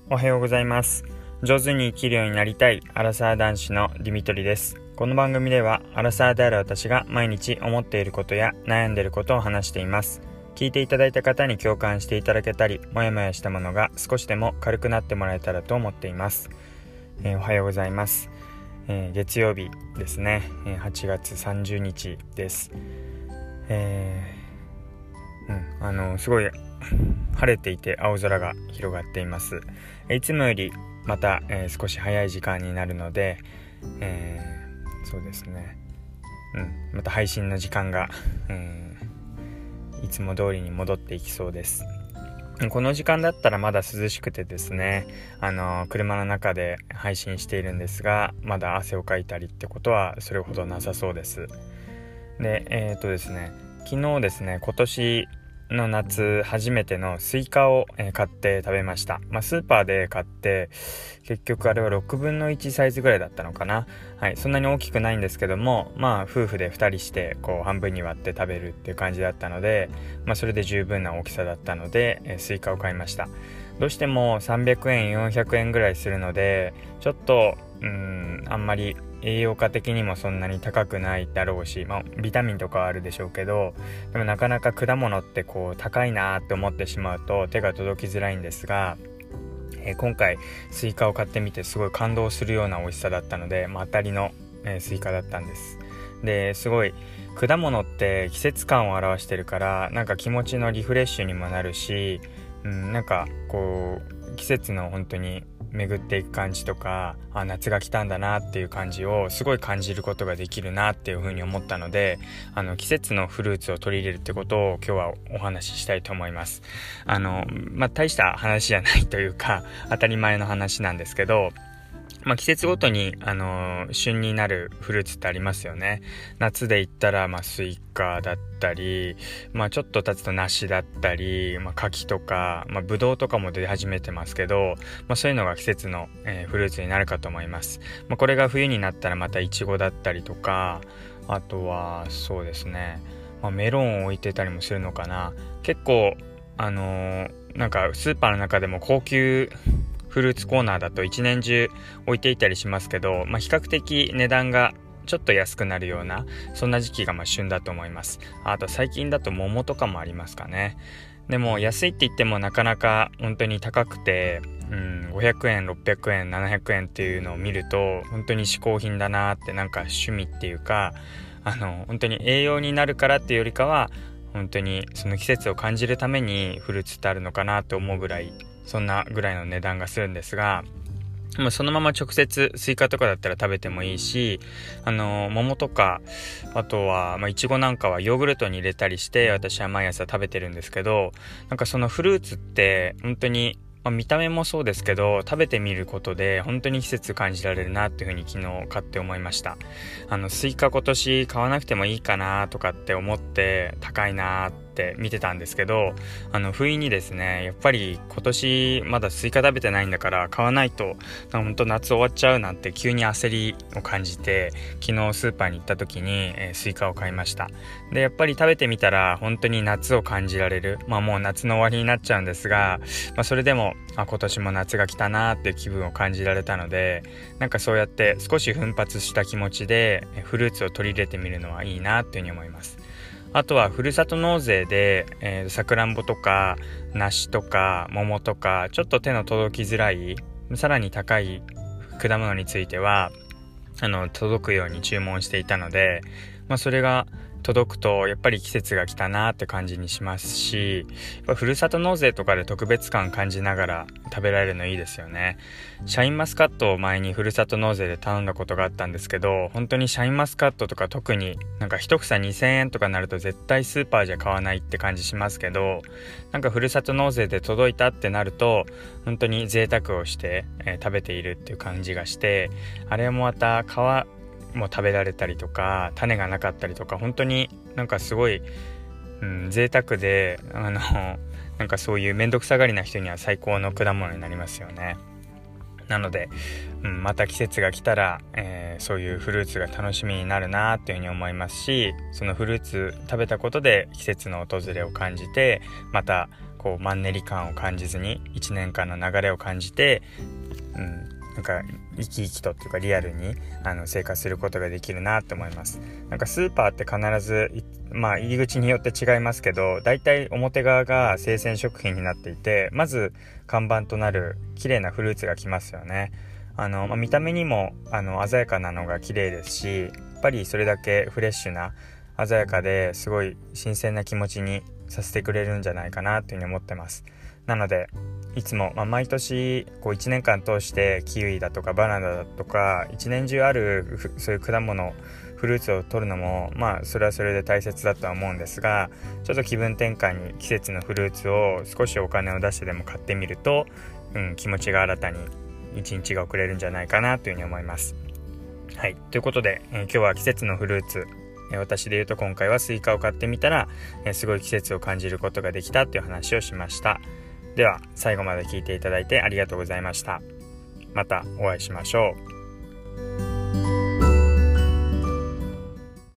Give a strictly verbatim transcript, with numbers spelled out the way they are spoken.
おはようございます。上手に生きるようになりたいアラサー男子のディミトリです。この番組ではアラサーである私が毎日思っていることや悩んでいることを話しています。聞いていただいた方に共感していただけたり、もやもやしたものが少しでも軽くなってもらえたらと思っています。えー、おはようございます。えー、月曜日ですね、えー、はちがつさんじゅうにちです。えー、うん、あのすごい晴れていて青空が広がっています。いつもよりまた、えー、少し早い時間になるので、えー、そうですね、うん、また配信の時間が、えー、いつも通りに戻っていきそうです。この時間だったらまだ涼しくてですね、あの車の中で配信しているんですが、まだ汗をかいたりってことはそれほどなさそうです。で、えーっとですね、昨日ですね、今年の夏初めてのスイカを買って食べました。まあ、スーパーで買って結局あれはろくぶんのいちサイズぐらいだったのかな。はい、そんなに大きくないんですけども、まあ夫婦でふたりしてこう半分に割って食べるっていう感じだったので、まあそれで十分な大きさだったので、えスイカを買いました。どうしてもさんびゃくえんよんひゃくえんぐらいするので、ちょっとうーんあんまり栄養価的にもそんなに高くないだろうし、まあ、ビタミンとかはあるでしょうけど、でもなかなか果物ってこう高いなって思ってしまうと手が届きづらいんですが、えー、今回スイカを買ってみてすごい感動するような美味しさだったので、まあ、当たりの、えー、スイカだったんです。ですごい果物って季節感を表してるから、なんか気持ちのリフレッシュにもなるし、うん、なんかこう季節の本当に巡っていく感じとか、あ、夏が来たんだなっていう感じをすごい感じることができるなっていうふうに思ったので、あの季節のフルーツを取り入れるってことを今日はお話ししたいと思います。あのまあ大した話じゃないというか当たり前の話なんですけど、まあ、季節ごとに、あのー、旬になるフルーツってありますよね。夏で言ったら、まあ、スイカだったり、まあ、ちょっと経つと梨だったり、まあ、柿とか、まあ、ブドウとかも出始めてますけど、まあ、そういうのが季節の、えー、フルーツになるかと思います。まあ、これが冬になったらまたイチゴだったりとか、あとはそうですね、まあ、メロンを置いてたりもするのかな。結構あのー、なんかスーパーの中でも高級フルーツコーナーだと一年中置いていたりしますけど、まあ、比較的値段がちょっと安くなるようなそんな時期がまあ旬だと思います。あと最近だと桃とかもありますかね。でも安いって言ってもなかなか本当に高くて、うん、ごひゃくえんろっぴゃくえんななひゃくえんっていうのを見ると本当に嗜好品だなって、なんか趣味っていうか、あの本当に栄養になるからっていうよりかは本当にその季節を感じるためにフルーツってあるのかなと思うぐらい、そんなぐらいの値段がするんですが、まあ、そのまま直接スイカとかだったら食べてもいいし、あの桃とか、あとはまあいちごなんかはヨーグルトに入れたりして私は毎朝食べてるんですけど、なんかそのフルーツって本当にまあ、見た目もそうですけど食べてみることで本当に季節感じられるなっていうふうに昨日買って思いました。あのスイカ今年買わなくてもいいかなとかって思って高いなって見てたんですけど、あの不意にですね、やっぱり今年まだスイカ食べてないんだから買わないと本当夏終わっちゃうなんて急に焦りを感じて、昨日スーパーに行った時に、えー、スイカを買いました。でやっぱり食べてみたら本当に夏を感じられる、まあもう夏の終わりになっちゃうんですが、まあ、それでもあ今年も夏が来たなーっていう気分を感じられたので、なんかそうやって少し奮発した気持ちでフルーツを取り入れてみるのはいいなっていうふうに思います。あとはふるさと納税で、えー、さくらんぼとか梨とか桃とかちょっと手の届きづらいさらに高い果物についてはあの届くように注文していたので、まあ、それが届くとやっぱり季節が来たなって感じにしますし、やっぱふるさと納税とかで特別感感じながら食べられるのいいですよね。シャインマスカットを前にふるさと納税で頼んだことがあったんですけど、本当にシャインマスカットとか特になんか一房にせんえんとかなると絶対スーパーじゃ買わないって感じしますけど、なんかふるさと納税で届いたってなると本当に贅沢をして、えー、食べているっていう感じがして、あれもまた皮も食べられたりとか種がなかったりとか、本当になんかすごい、うん、贅沢で、あのなんかそういうめんどくさがりな人には最高の果物になりますよね。なので、うん、また季節が来たら、えー、そういうフルーツが楽しみになるなっていうふうに思いますし、そのフルーツ食べたことで季節の訪れを感じてまたこうマンネリ感を感じずにいちねんかんの流れを感じて、うん、なんか生き生きとっていうかリアルにあの生活することができるなと思います。なんかスーパーって必ずまあ入り口によって違いますけど、だいたい表側が生鮮食品になっていて、まず看板となる綺麗なフルーツが来ますよね。あの、まあ、見た目にもあの鮮やかなのが綺麗ですし、やっぱりそれだけフレッシュな鮮やかですごい新鮮な気持ちにさせてくれるんじゃないかなというふうに思ってます。なのでいつも、まあ、毎年こういちねんかん通してキウイだとかバナナだとか一年中あるそういう果物フルーツを取るのもまあそれはそれで大切だとは思うんですが、ちょっと気分転換に季節のフルーツを少しお金を出してでも買ってみると、うん、気持ちが新たに一日が遅れるんじゃないかなというふうに思います。はい、ということで、えー、今日は季節のフルーツ、えー、私で言うと今回はスイカを買ってみたら、えー、すごい季節を感じることができたという話をしました。では最後まで聞いていただいてありがとうございました。またお会いしましょう。